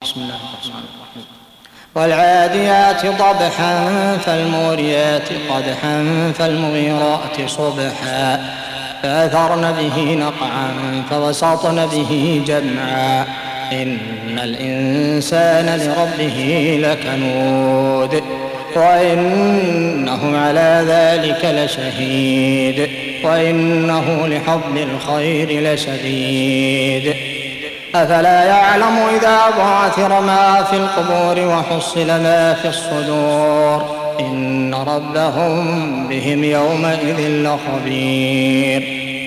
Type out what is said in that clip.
بسم الله الرحمن الرحيم. والعاديات ضبحا فالموريات قدحا فالمغيرات صبحا فأثرن به نقعا فوسطن به جمعا إن الإنسان لربه لكنود وإنه على ذلك لشهيد وإنه لحظ الخير لشديد أفلا يعلم إذا بعثر ما في القبور وحصل ما في الصدور إن ربهم بهم يومئذ لخبير